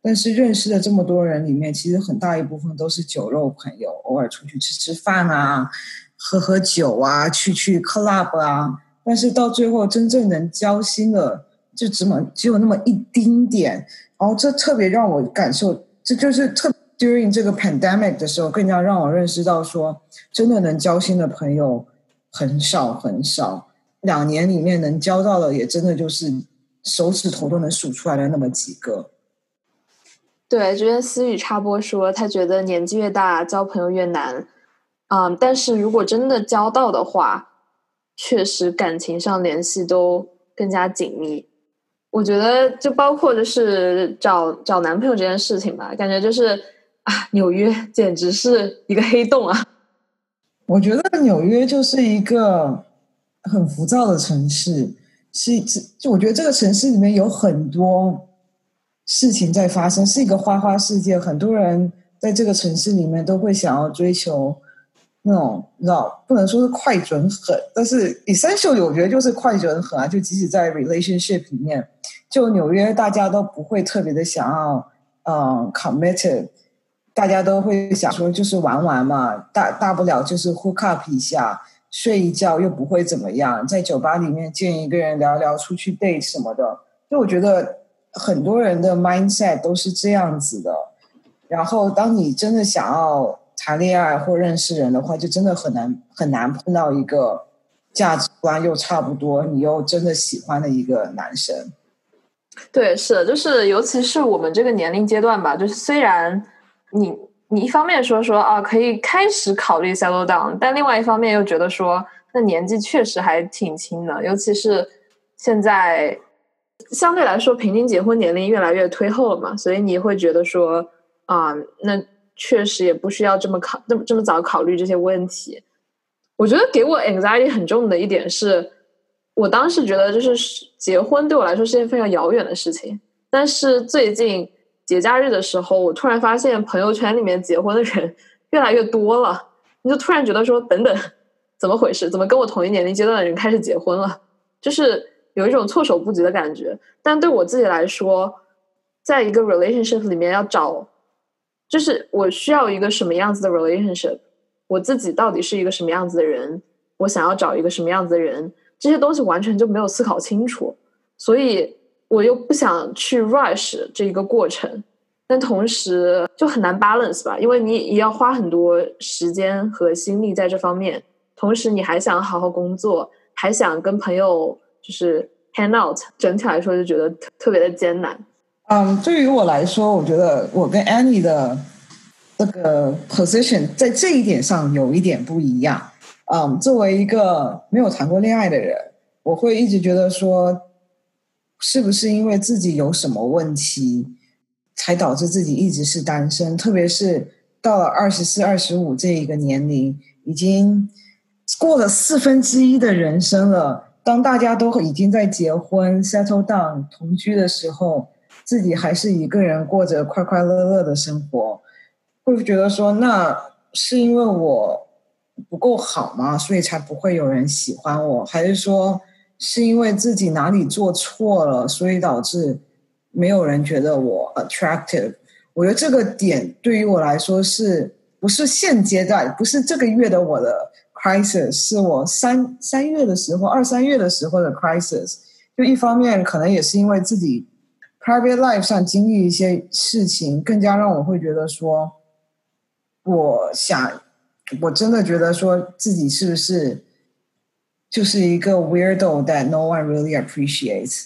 但是认识的这么多人里面，其实很大一部分都是酒肉朋友，偶尔出去吃吃饭啊，喝喝酒啊，去去 club 啊，但是到最后真正能交心的就只么只有那么一丁点，然后这特别让我感受，这就是特 during 这个 pandemic 的时候，更加让我认识到说，真的能交心的朋友很少很少，两年里面能交到的也真的就是手指头都能数出来的那么几个。 对，这边思雨插播说，他觉得年纪越大交朋友越难，嗯，但是如果真的交到的话，确实感情上联系都更加紧密。我觉得就包括就是找找男朋友这件事情吧，感觉就是啊，纽约简直是一个黑洞啊。 我觉得纽约就是一个很浮躁的城市，是就我觉得这个城市里面有很多事情在发生，是一个花花世界，很多人在这个城市里面都会想要追求那种你知道不能说是快准狠，但是 essentially 我觉得就是快准狠啊，就即使在 relationship 里面，就纽约大家都不会特别的想要嗯 committed， 大家都会想说就是玩玩嘛，大大不了就是 hook up 一下，睡一觉又不会怎么样，在酒吧里面见一个人聊聊，出去 date 什么的，就我觉得很多人的 mindset 都是这样子的。然后当你真的想要谈恋爱或认识人的话，就真的很难很难碰到一个价值观又差不多你又真的喜欢的一个男生。 对，是的，就是尤其是我们这个年龄阶段吧，就是虽然你你一方面说说啊可以开始考虑 settle down， 但另外一方面又觉得说那年纪确实还挺轻的，尤其是现在相对来说平均结婚年龄越来越推后了嘛，所以你会觉得说啊、呃，那确实也不需要这么考这么这么早考虑这些问题。我觉得给我 anxiety 很重的一点是，我当时觉得就是结婚对我来说是件非常遥远的事情，但是最近节假日的时候，我突然发现朋友圈里面结婚的人越来越多了，你就突然觉得说，等等，怎么回事？怎么跟我同一年龄阶段的人开始结婚了？就是有一种措手不及的感觉。但对我自己来说，在一个 relationship 里面要找，就是我需要一个什么样子的 relationship， 我自己到底是一个什么样子的人，我想要找一个什么样子的人，这些东西完全就没有思考清楚，所以我又不想去 rush 这一个过程，但同时就很难 balance 吧，因为你也要花很多时间和心力在这方面，同时你还想好好工作，还想跟朋友就是 hang out， 整体来说就觉得特别的艰难。 嗯，对于我来说，我觉得我跟 Annie 的这个 position 在这一点上有一点不一样。嗯，作为一个没有谈过恋爱的人，我会一直觉得说，是不是因为自己有什么问题，才导致自己一直是单身？特别是到了二十四、二十五这一个年龄，已经过了四分之一的人生了。当大家都已经在结婚、settle down、同居的时候，自己还是一个人过着快快乐乐的生活，会觉得说，那是因为我不够好吗？所以才不会有人喜欢我？还是说是因为自己哪里做错了，所以导致没有人觉得我 attractive？ 我觉得这个点对于我来说是不是现阶段，不是这个月的我的 crisis， 是我三三月的时候、二三月的时候的 crisis。就一方面可能也是因为自己 private life 上经历一些事情，更加让我会觉得说，我想，我真的觉得说自己是不是就是一个 weirdo that no one really appreciates。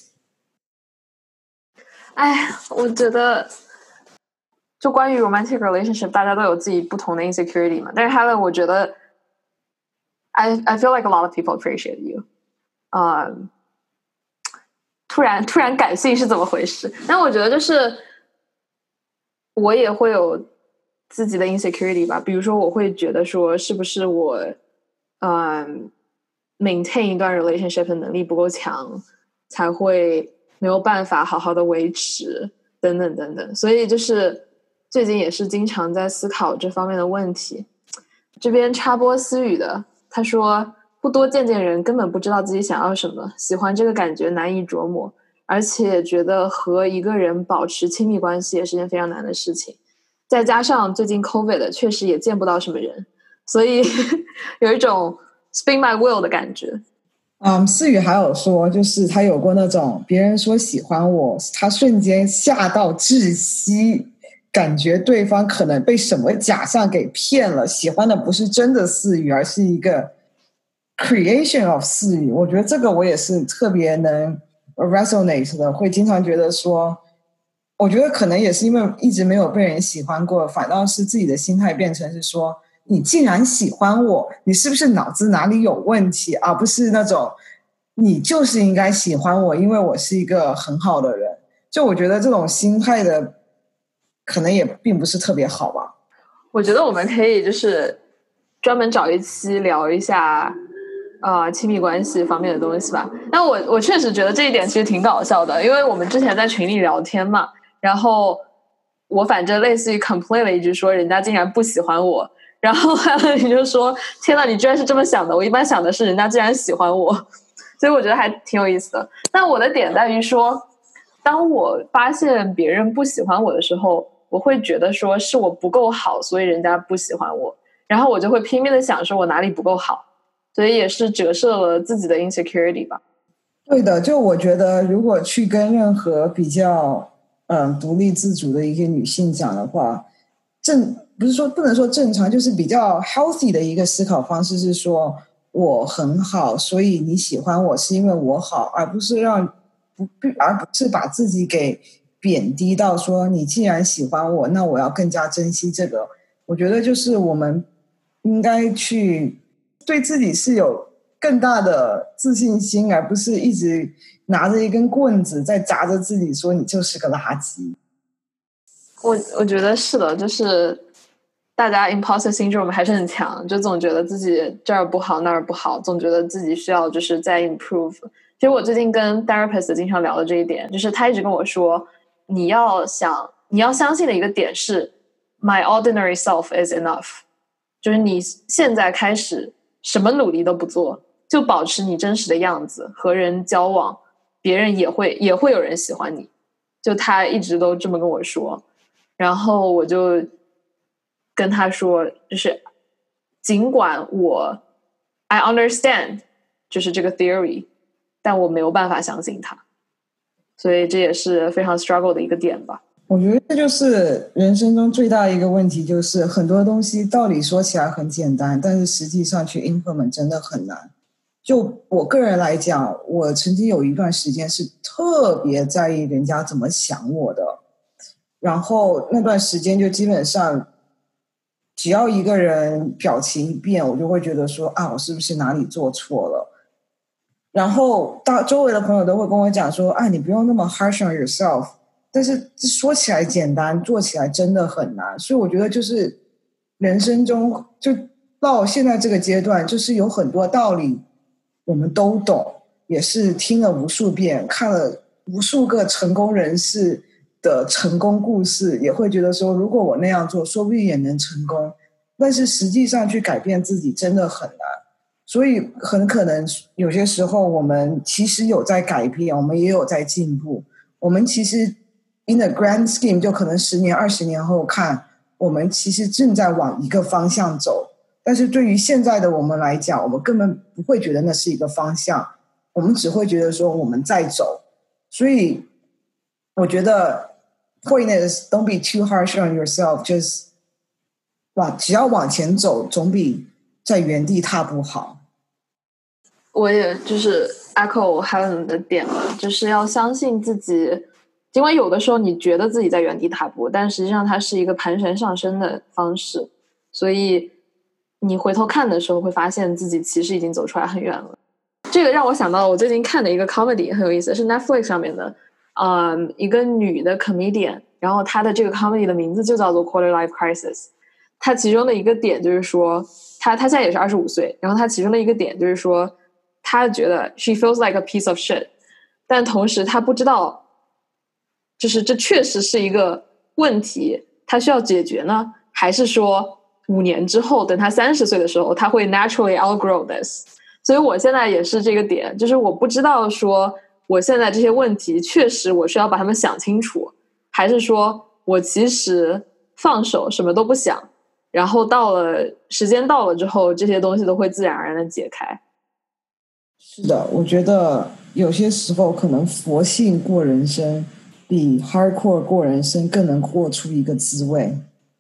哎，我觉得就关于 romantic relationship， 大家都有自己不同的 insecurity 嘛。但是 Helen， 我觉得 I I feel like a lot of people appreciate you。嗯，突然突然感性是怎么回事？但我觉得就是我也会有自己的 insecurity 吧，比如说我会觉得说，是不是我嗯 maintain 一段 relationship 的能力不够强，才会没有办法好好的维持，等等等等。所以就是最近也是经常在思考这方面的问题。这边插播私语的，他说不多见见人根本不知道自己想要什么，喜欢这个感觉难以琢磨， 而且觉得和一个人保持亲密关系也是件非常难的事情。再加上最近 COVID 确实也见不到什么人，所以有一种 spin my wheel 的感觉。 嗯，思雨还有说，就是他有过那种别人说喜欢我，他瞬间吓到窒息，感觉对方可能被什么假象给骗了，喜欢的不是真的思雨，而是一个 creation of 思雨。我觉得这个我也是特别能 resonate 的，会经常觉得说，我觉得可能也是因为一直没有被人喜欢过，反倒是自己的心态变成是说，你既然喜欢我，你是不是脑子哪里有问题，而不是那种你就是应该喜欢我，因为我是一个很好的人。就我觉得这种心态的可能也并不是特别好吧。 我觉得我们可以就是专门找一期聊一下呃亲密关系方面的东西吧。那我我确实觉得这一点其实挺搞笑的，因为我们之前在群里聊天嘛，然后我反正类似于 complain 了一句说人家竟然不喜欢我，然后你就说天哪，你居然是这么想的，我一般想的是人家竟然喜欢我，所以我觉得还挺有意思的。但我的点在于说，当我发现别人不喜欢我的时候，我会觉得说是我不够好，所以人家不喜欢我，然后我就会拼命的想说我哪里不够好，所以也是折射了自己的 insecurity 吧。 对的，就我觉得如果去跟任何比较嗯独立自主的一个女性讲的话，正不是说不能说正常，就是比较 healthy 的一个思考方式是说我很好，所以你喜欢我是因为我好，而不是让不而不是把自己给贬低到说你既然喜欢我，那我要更加珍惜这个。我觉得就是我们应该去对自己是有更大的自信心，而不是一直拿着一根棍子在砸着自己说你就是个垃圾。 我我觉得是的，就是大家 imposter syndrome 还是很强，就总觉得自己这儿不好那儿不好，总觉得自己需要就是再 improve。其实我最近跟 therapist 经常聊的这一点，就是他一直跟我说，你要想你要相信的一个点是 my ordinary self is enough， 就是你现在开始什么努力都不做，就保持你真实的样子，和人交往，别人也会也会有人喜欢你。就他一直都这么跟我说，然后我就跟他说，就是尽管我 I understand 就是这个 theory， 但我没有办法相信它，所以这也是非常 struggle 的一个点吧。 我觉得这就是人生中最大的一个问题，就是很多东西道理说起来很简单，但是实际上去 implement 真的很难。就我个人来讲，我曾经有一段时间是特别在意人家怎么想我的，然后那段时间就基本上只要一个人表情一变，我就会觉得说啊，我是不是哪里做错了。然后大周围的朋友都会跟我讲说啊，你不用那么 harsh on yourself， 但是说起来简单，做起来真的很难。所以我觉得就是人生中就到现在这个阶段，就是有很多道理我们都懂，也是听了无数遍，看了无数个成功人士的成功故事，也会觉得说如果我那样做说不定也能成功，但是实际上去改变自己真的很难。所以很可能有些时候我们其实有在改变，我们也有在进步，我们其实 in the grand scheme 就可能十年二十年后看，我们其实正在往一个方向走，但是对于现在的我们来讲，我们根本不会觉得那是一个方向，我们只会觉得说我们在走。所以我觉得 point is don't be too harsh on yourself， just 往只要往前走总比在原地踏步好。 我也就是 echo Helen 的点了，就是要相信自己，尽管有的时候你觉得自己在原地踏步，但实际上它是一个盘旋上升的方式，所以你回头看的时候会发现自己其实已经走出来很远了。这个让我想到我最近看的一个 comedy 很有意思，是 Netflix 上面的嗯，一个女的 comedian， 然后她的这个 comedy 的名字就叫做 Quarter Life Crisis。她其中的一个点就是说，她她现在也是二十五岁，然后她其中的一个点就是说，她觉得 she feels like a piece of shit， 但同时她不知道，就是这确实是一个问题，她需要解决呢，还是说五年之后，等她三十岁的时候，她会 naturally outgrow this。所以我现在也是这个点，就是我不知道说我现在这些问题确实我需要把它们想清楚，还是说我其实放手什么都不想，然后到了时间到了之后，这些东西都会自然而然的解开。 是的，我觉得有些时候可能佛系过人生比 hardcore 过人生更能过出一个滋味。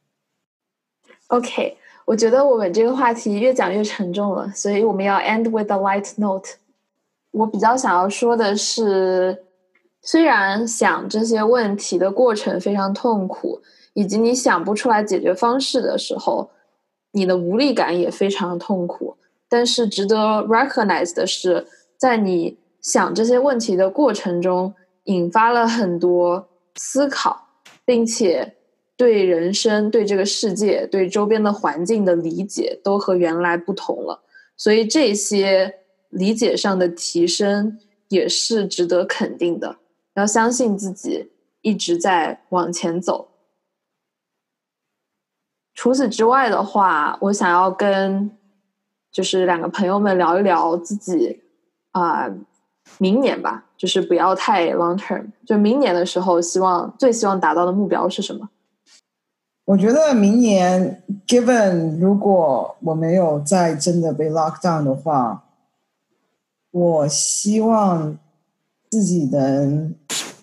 OK， 我觉得我们这个话题越讲越沉重了，所以我们要 end with a light note。 我比较想要说的是，虽然想这些问题的过程非常痛苦，以及你想不出来解决方式的时候，你的无力感也非常痛苦，但是值得 recognize 的是，在你想这些问题的过程中引发了很多思考，并且对人生、对这个世界、对周边的环境的理解都和原来不同了，所以这些理解上的提升也是值得肯定的，要相信自己一直在往前走。除此之外的话，我想要跟就是两个朋友们聊一聊自己啊、呃，明年吧，就是不要太 long term， 就明年的时候希望最希望达到的目标是什么？ 我觉得明年 given 如果我没有再真的被 lock down 的话，我希望自己能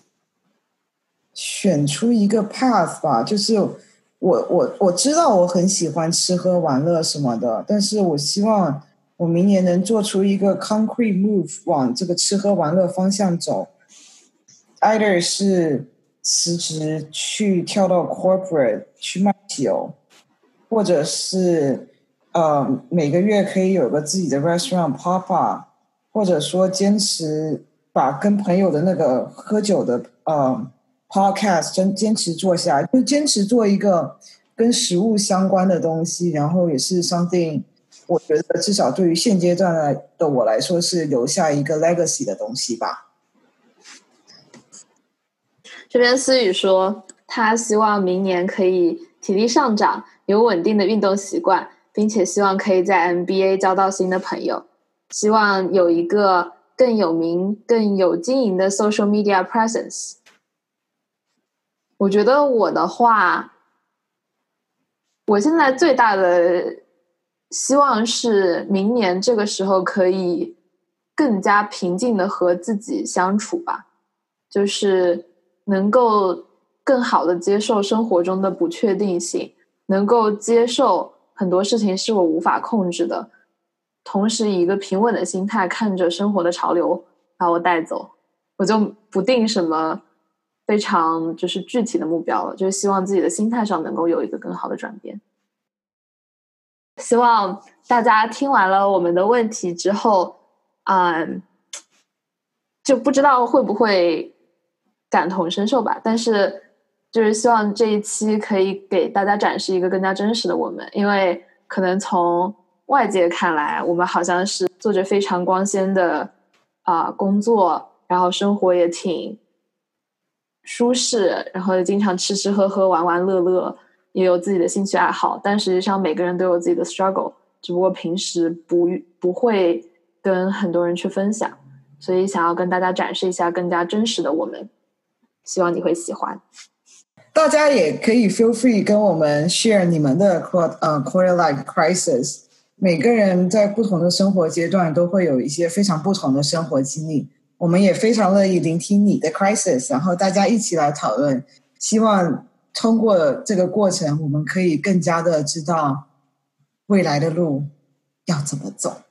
选出一个 path 吧，就是我我我知道我很喜欢吃喝玩乐什么的，但是我希望我明年能做出一个 concrete move 往这个吃喝玩乐方向走， either 是辞职去跳到 corporate 去卖酒，或者是呃每个月可以有个自己的 restaurant pop up， 或者说坚持把跟朋友的那个喝酒的呃 podcast 真坚持做下来，就坚持做一个跟食物相关的东西，然后也是 something 我觉得至少对于现阶段的我来说是留下一个 legacy 的东西吧。 这边思雨说他希望明年可以体力上涨，有稳定的运动习惯，并且希望可以在 M B A 交到新的朋友，希望有一个更有名更有经营的 social media presence。 我觉得我的话，我现在最大的希望是明年这个时候可以更加平静的和自己相处吧，就是能够更好的接受生活中的不确定性，能够接受很多事情是我无法控制的，同时以一个平稳的心态看着生活的潮流把我带走。我就不定什么非常就是具体的目标了，就是希望自己的心态上能够有一个更好的转变。希望大家听完了我们的问题之后，嗯，就不知道会不会感同身受吧，但是就是希望这一期可以给大家展示一个更加真实的我们，因为可能从外界看来我们好像是做着非常光鲜的啊、呃、工作，然后生活也挺舒适，然后经常吃吃喝喝玩玩乐乐，也有自己的兴趣爱好，但实际上每个人都有自己的 struggle， 只不过平时不不会跟很多人去分享，所以想要跟大家展示一下更加真实的我们，希望你会喜欢。 大家也可以 feel free 跟我们 share 你们的 uh, quarter life crisis， 每个人在不同的生活阶段都会有一些非常不同的生活经历，我们也非常乐意聆听你的 crisis， 然后大家一起来讨论，希望通过这个过程我们可以更加的知道未来的路要怎么走。